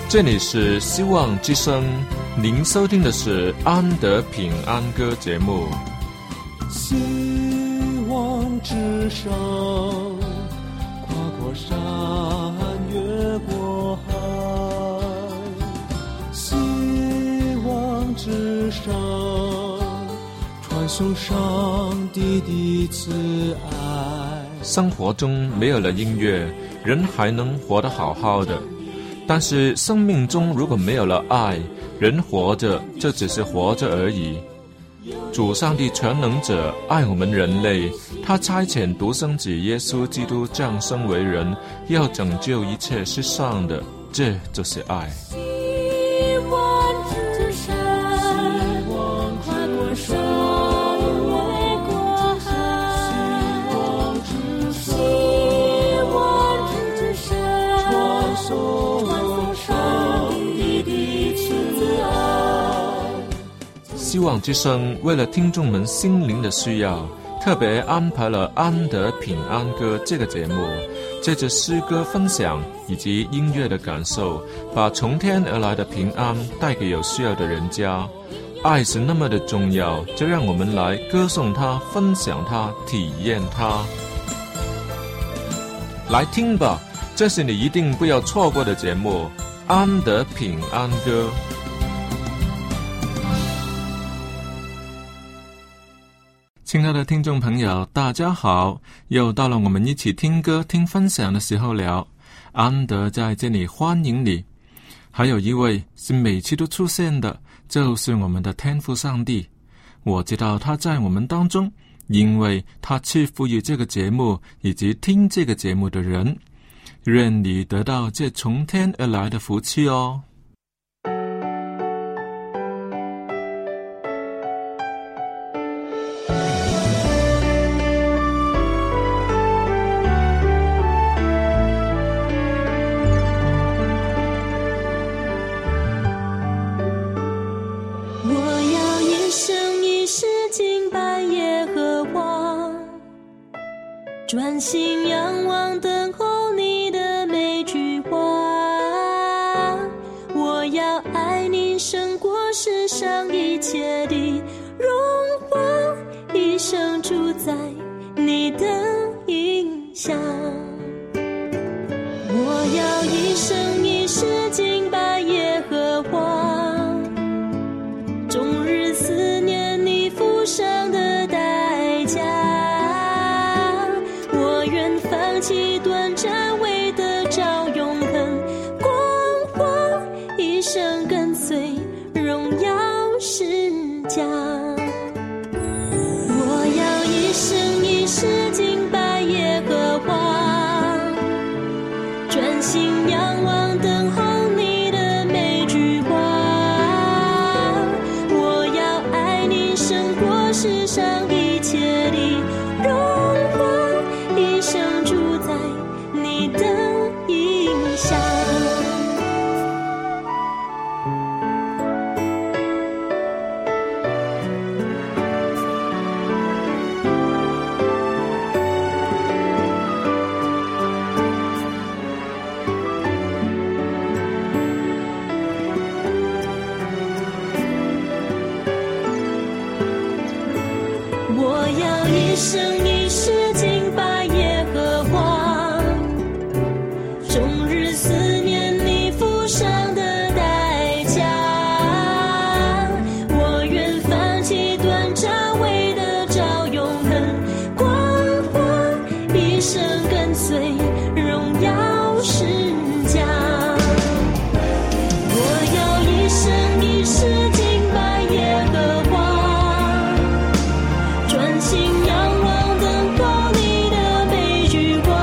这里是希望之声，您收听的是安德平安歌节目。 希望之声，跨过山，越过海。希望之声，传送上帝的慈爱。 生活中没有了音乐，人还能活得好好的。但是生命中如果没有了爱，人活着就只是活着而已。主上帝全能者爱我们人类，他差遣独生子耶稣基督降生为人，要拯救一切世上的，这就是爱。 希望之声，跨过山，越过海。希望之声，传送上帝的慈爱。 希望之声为了听众们心灵的需要，特别安排了安德平安歌这个节目，借着诗歌分享以及音乐的感受，把从天而来的平安带给有需要的人家。爱是那么的重要，就让我们来歌颂它，分享它，体验它。来听吧，这是你一定不要错过的节目，安德平安歌。亲爱的听众朋友，大家好，又到了我们一起听歌听分享的时候了。安德在这里欢迎你。还有一位是每期都出现的，就是我们的天父上帝。我知道他在我们当中，因为他赐福于这个节目以及听这个节目的人。愿你得到这从天而来的福气哦。 专心仰望等候你的每句话，我要爱你胜过世上一切的荣华，一生住在你的荫下。我要一生一世敬拜耶和华，终日思念你付上的代价。放弃短暂，为得着永恒光华，一生跟随荣耀释迦。我要一生一世敬拜耶和华，专心仰望等候你的每句话。我要爱你胜过世上一切的荣华，一生住在你的荫下。我要一生一世敬拜耶和华，终日思念你付上的代价。我愿放弃短暂，为得着永恒光华，一生跟随荣耀释迦。我要一生一世敬拜耶和华，专心仰望等候你的每句话。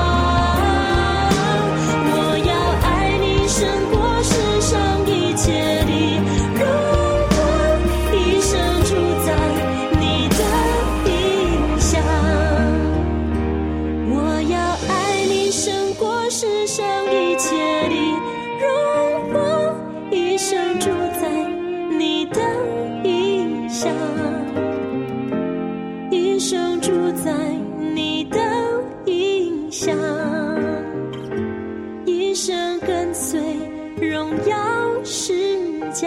我要爱你胜过世上一切的荣华，一生住在你的荫下。我要爱你胜过世上一切的荣华，一生住在你的荫下。一生住在你的荫下，一生跟随荣耀家。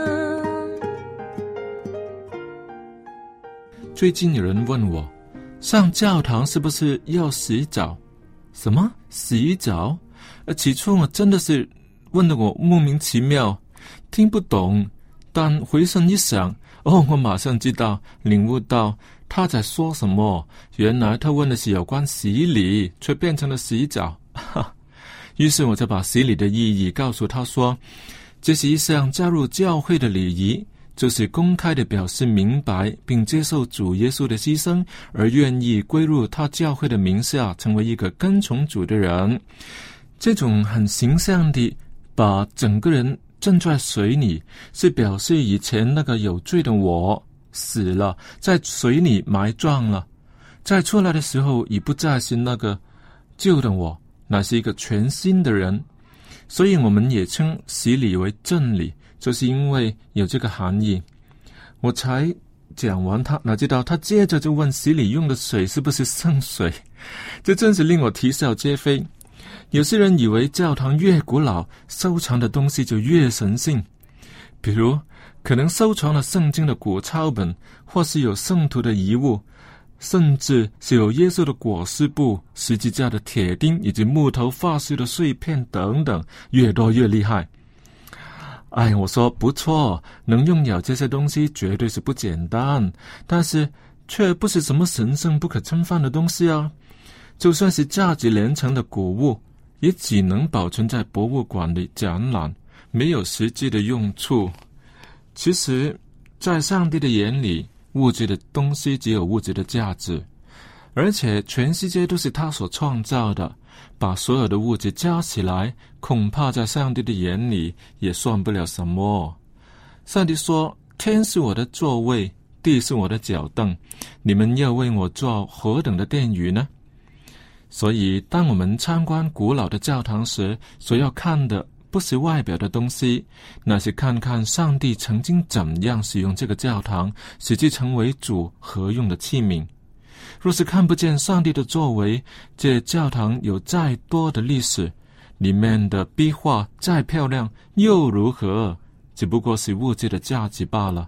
最近有人问我，上教堂是不是要洗澡？什么洗澡？起初我真的是问得我莫名其妙，听不懂。但回身一想，我马上知道，领悟到他在说什么。原来他问的是有关洗礼，却变成了洗澡。于是我就把洗礼的意义告诉他说，这是一项加入教会的礼仪，就是公开的表示明白并接受主耶稣的牺牲，而愿意归入他教会的名下，成为一个跟从主的人。这种很形象地把整个人浸在水里，是表示以前那个有罪的我死了，在水里埋葬了，在出来的时候已不再是那个旧的我，乃是一个全新的人。所以我们也称洗礼为正礼，就是因为有这个含义。我才讲完他，哪知道他接着就问洗礼用的水是不是圣水，这真是令我啼笑皆非。有些人以为教堂越古老，收藏的东西就越神圣，比如可能收藏了圣经的古抄本，或是有圣徒的遗物，甚至是有耶稣的裹尸布、十字架的铁钉以及木头发饰的碎片等等，越多越厉害。我说不错，能拥有这些东西绝对是不简单，但是却不是什么神圣不可侵犯的东西啊。就算是价值连城的古物，也只能保存在博物馆里展览，没有实际的用处。其实在上帝的眼里，物质的东西只有物质的价值，而且全世界都是他所创造的，把所有的物质加起来，恐怕在上帝的眼里也算不了什么。上帝说，天是我的座位，地是我的脚凳，你们要为我做何等的殿宇呢？所以当我们参观古老的教堂时，所要看的不是外表的东西，那是看看上帝曾经怎样使用这个教堂，使之成为主合用的器皿。若是看不见上帝的作为，这教堂有再多的历史，里面的壁画再漂亮又如何？只不过是物质的价值罢了。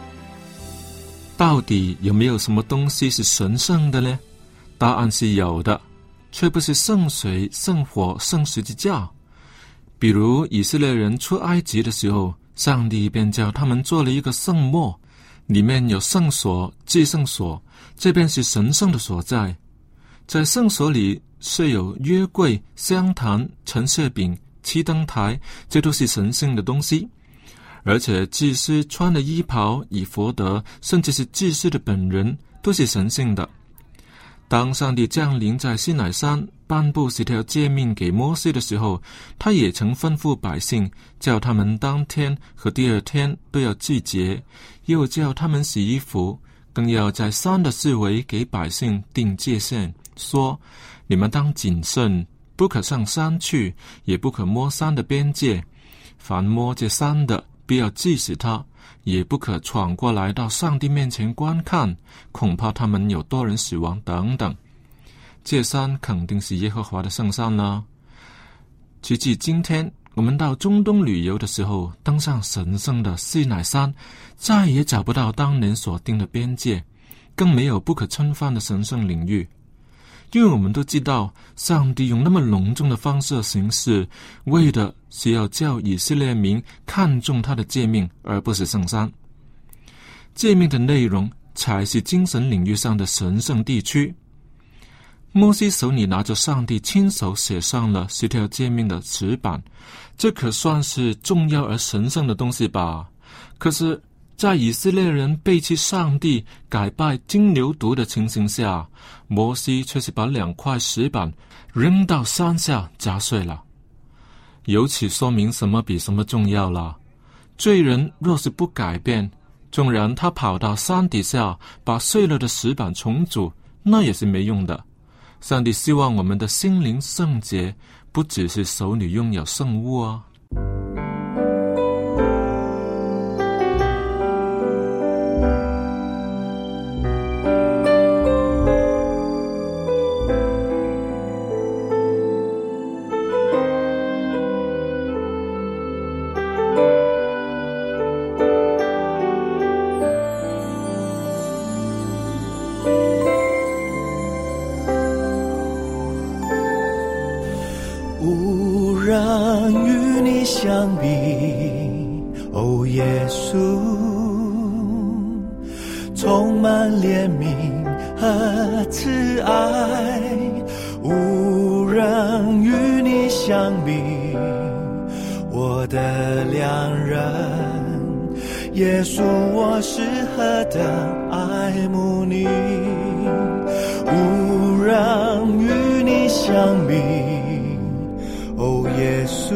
到底有没有什么东西是神圣的呢？答案是有的。 却不是圣水、圣火、圣十字架。比如以色列人出埃及的时候，上帝便叫他们做了一个圣幕，里面有圣所、至圣所，这便是神圣的所在。在圣所里设有约柜、香坛、陈设饼、七灯台，这都是神圣的东西。而且祭司穿的衣袍、以弗得，甚至是祭司的本人，都是神圣的。当上帝降临在西乃山，颁布10条诫命给摩西的时候，他也曾吩咐百姓，叫他们当天和第二天都要祭节，又叫他们洗衣服，更要在山的四围给百姓定界限，说：你们当谨慎，不可上山去，也不可摸山的边界。凡摸这山的，必要治死他，也不可闯过来到上帝面前观看，恐怕他们有多人死亡等等。这山肯定是耶和华的圣山了。直至今天，我们到中东旅游的时候，登上神圣的西乃山，再也找不到当年所定的边界，更没有不可侵犯的神圣领域。因为我们都知道，上帝用那么隆重的方式行事，为的是要叫以色列民看重他的诫命，而不是圣山。诫命的内容才是精神领域上的神圣地区。摩西手里拿着上帝亲手写上了10条诫命的纸板，这可算是重要而神圣的东西吧。可是在以色列人背弃上帝、改拜金牛犊的情形下，摩西却是把2块石板扔到山下砸碎了。由此说明什么比什么重要了。罪人若是不改变，纵然他跑到山底下把碎了的石板重组，那也是没用的。上帝希望我们的心灵圣洁，不只是手里拥有圣物啊。 无人与你相比，哦耶稣，充满怜悯和慈爱。无人与你相比，我的良人，耶稣，我是何等爱慕你。无人与你相比，哦耶稣，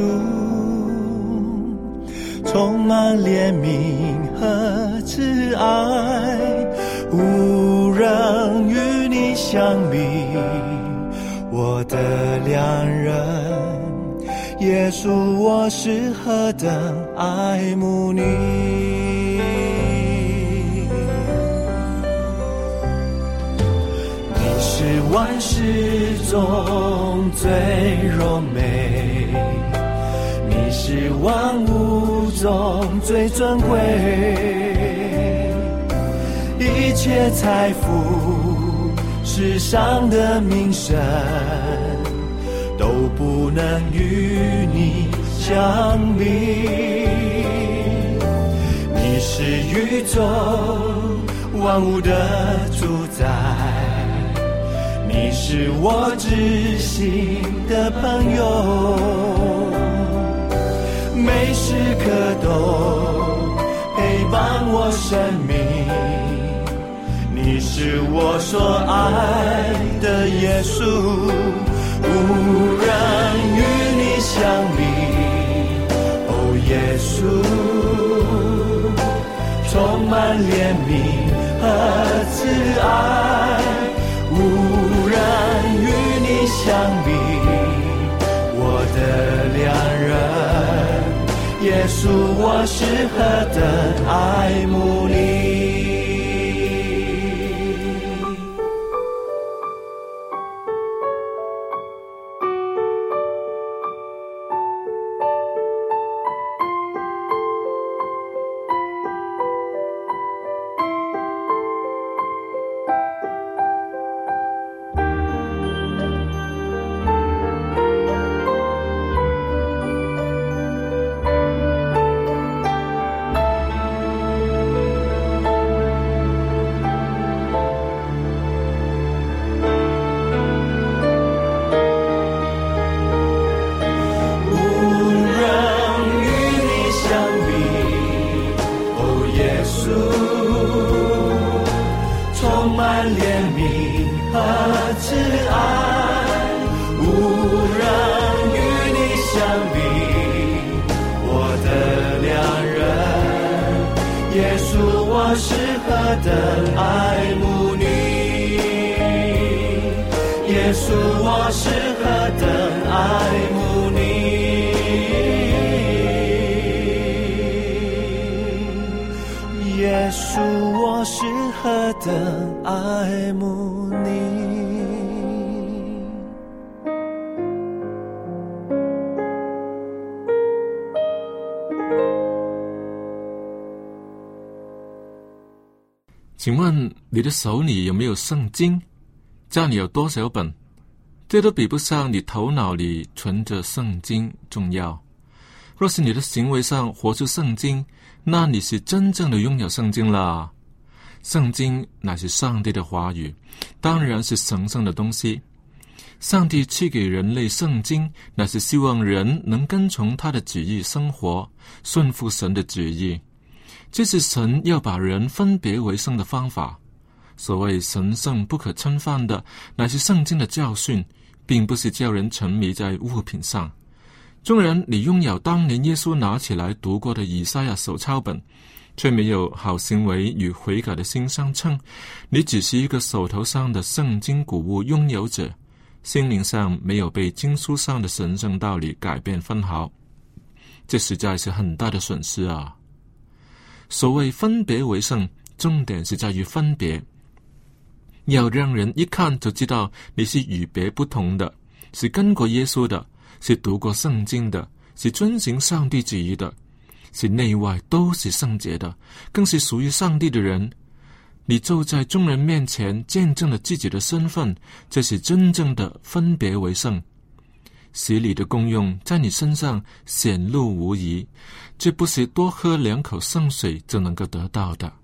充满怜悯和慈爱。无人与你相比，我的良人，耶稣，我是何等爱慕你。你是万事中最柔美，你是万物中最尊贵，一切财富世上的名声都不能与你相比。你是宇宙万物的主宰，你是我知心的朋友，每时刻都陪伴我生命。你是我所爱的耶稣，无人与你相比，哦耶稣，充满怜悯和慈爱。无人与你相比，我的良人，耶稣，我是何等爱慕你。 满怜悯和慈爱，无人与你相比，我的良人，耶稣，我是何等爱慕你，耶稣，我是何等爱慕你，耶稣，我是何等爱慕你。 请问你的手里有没有圣经？家里有多少本？这都比不上你头脑里存着圣经重要。若是你的行为上活出圣经，那你是真正的拥有圣经了。圣经乃是上帝的话语，当然是神圣的东西。上帝赐给人类圣经，乃是希望人能跟从他的旨意生活，顺服神的旨意。这是神要把人分别为圣的方法。所谓神圣不可侵犯的，乃是圣经的教训，并不是叫人沉迷在物品上。纵然你拥有当年耶稣拿起来读过的以赛亚手抄本，却没有好行为与悔改的心相称，你只是一个手头上的圣经古物拥有者，心灵上没有被经书上的神圣道理改变分毫，这实在是很大的损失啊！所谓分别为圣，重点是在于分别，要让人一看就知道你是与别不同的，是跟过耶稣的，是读过圣经的，是遵行上帝旨意的，是内外都是圣洁的，更是属于上帝的人。你就在众人面前见证了自己的身份，这是真正的分别为圣。洗礼的功用在你身上显露无遗，这不是多喝2口圣水就能够得到的。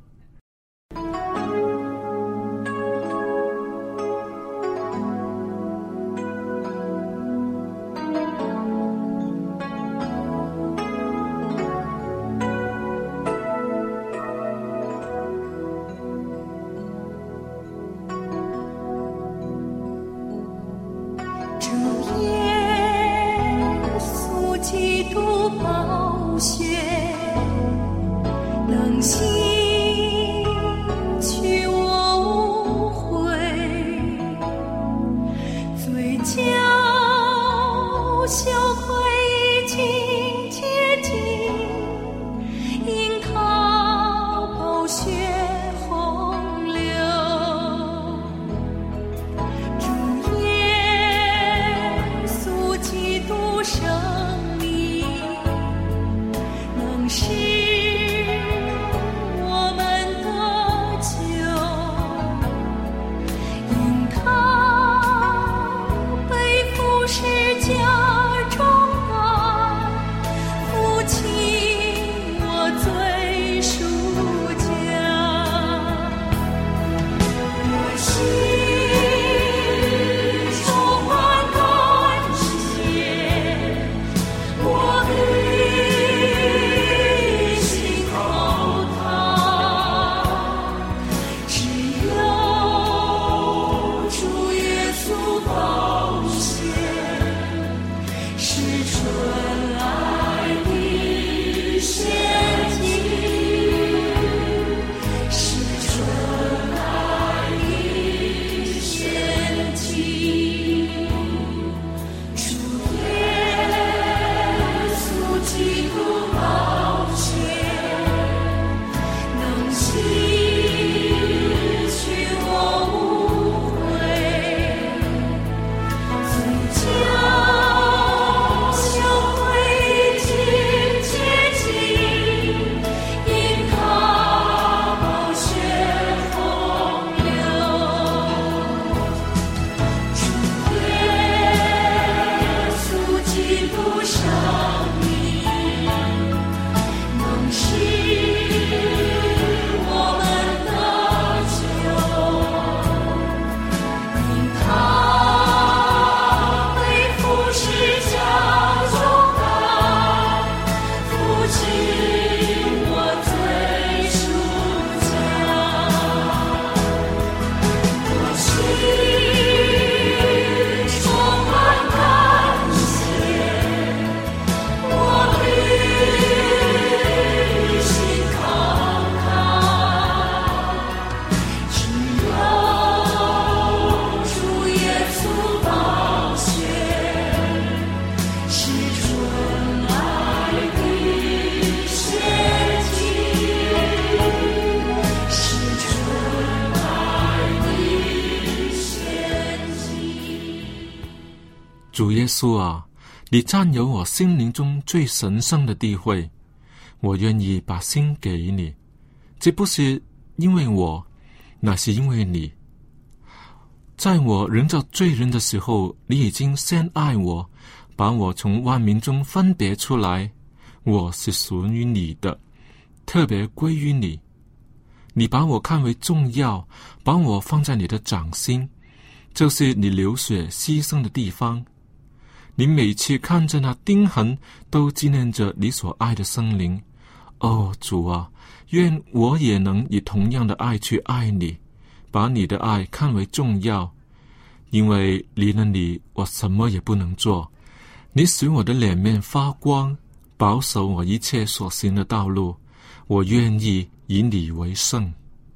主耶稣啊，你占有我心灵中最神圣的地位，我愿意把心给你。这不是因为我，那是因为你。在我仍做罪人的时候，你已经先爱我，把我从万民中分别出来。我是属于你的，特别归于你。你把我看为重要，把我放在你的掌心，就是你流血牺牲的地方。你每次看着那钉痕，都纪念着你所爱的生灵。哦，主啊，愿我也能以同样的爱去爱你，把你的爱看为重要。因为离了你，我什么也不能做。你使我的脸面发光，保守我一切所行的道路。我愿意以你为圣。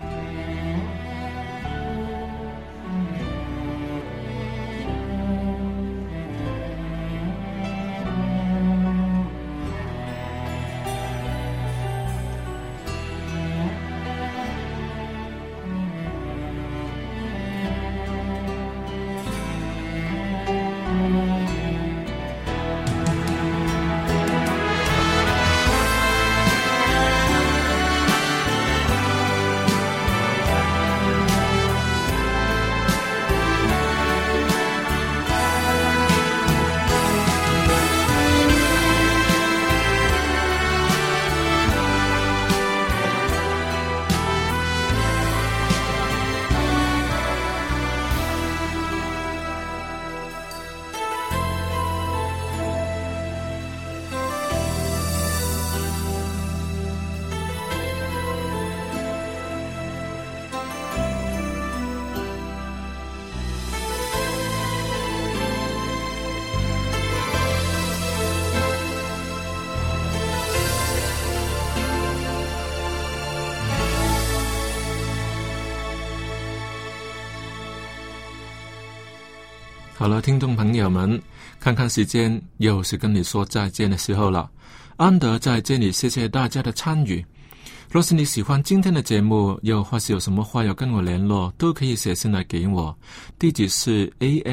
好了，听众朋友们，看看时间，又是跟你说再见的时候了。安德在这里谢谢大家的参与。若是你喜欢今天的节目，又或是有什么话要跟我联络，都可以写信来给我，地址是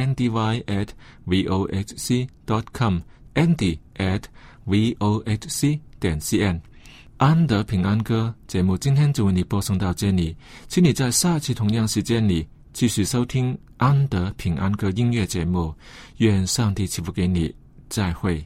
andy@vohc.com andy@vohc.cn。 安德平安歌节目今天就为你播送到这里，请你在下期同样时间里继续收听安德平安歌音乐节目。愿上帝赐福给你，再会。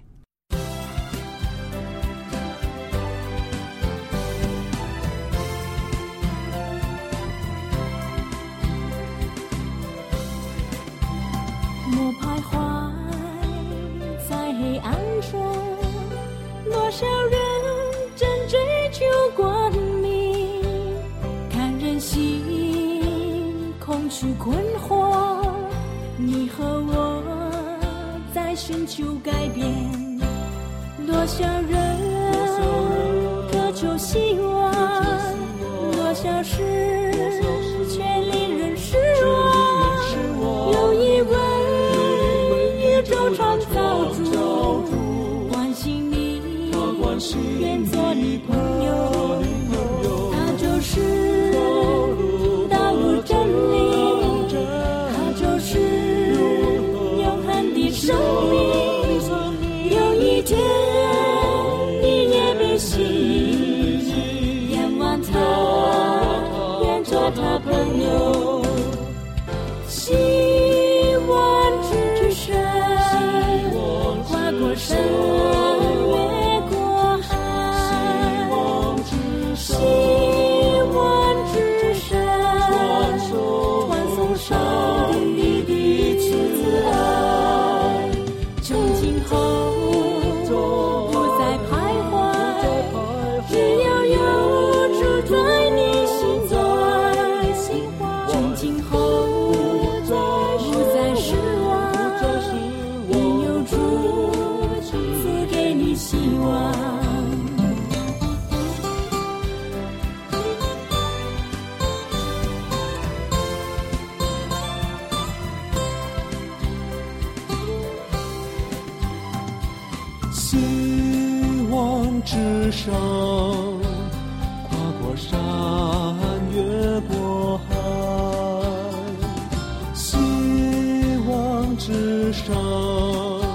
我徘徊在黑暗中，多少人正追求光明，看人心空虚困惑，你和我在寻求改变，多少人渴求希望，多少事却令人失望，有一位宇宙创造主关心你，愿做你朋友，他就是道路真理，他就是永恒的生命。有一天你也被吸引，仰望他，愿做他朋友。希望之声，跨过山越过海，希望之声，传送上帝的慈爱，从今后不再徘徊，只要有主在你心中，从今后不再失望，因有主赐给你希望。 希望之上，跨过山越过海，希望之上。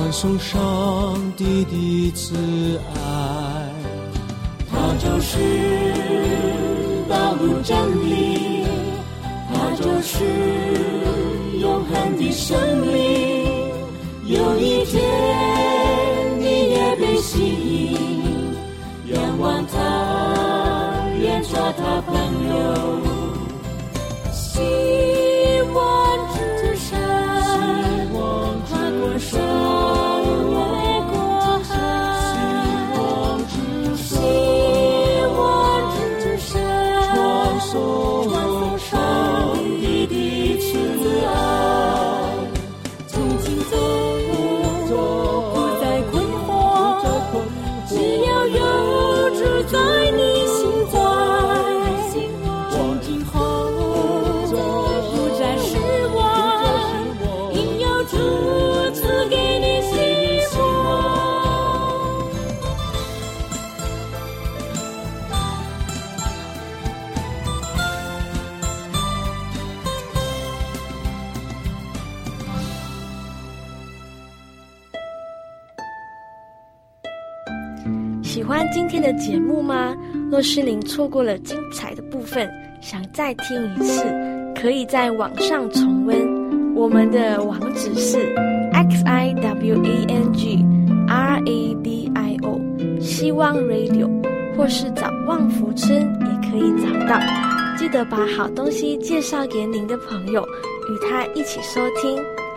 传颂上帝的慈爱。 他就是道路真理，他就是永恒的生命。有一天你也被吸引，仰望他，愿做他朋友。希望之山，跨过山，越过海。希望之山，传颂上帝的慈爱。从今走，不再困惑，只要有主在你心在。从今后不再失望，因有主赐给你希望。 喜欢今天的节目吗？若是您错过了精彩的部分，想再听一次，可以在网上重温。我们的网址是 xiwangradio 希望 radio， 或是找旺福村也可以找到。记得把好东西介绍给您的朋友，与他一起收听。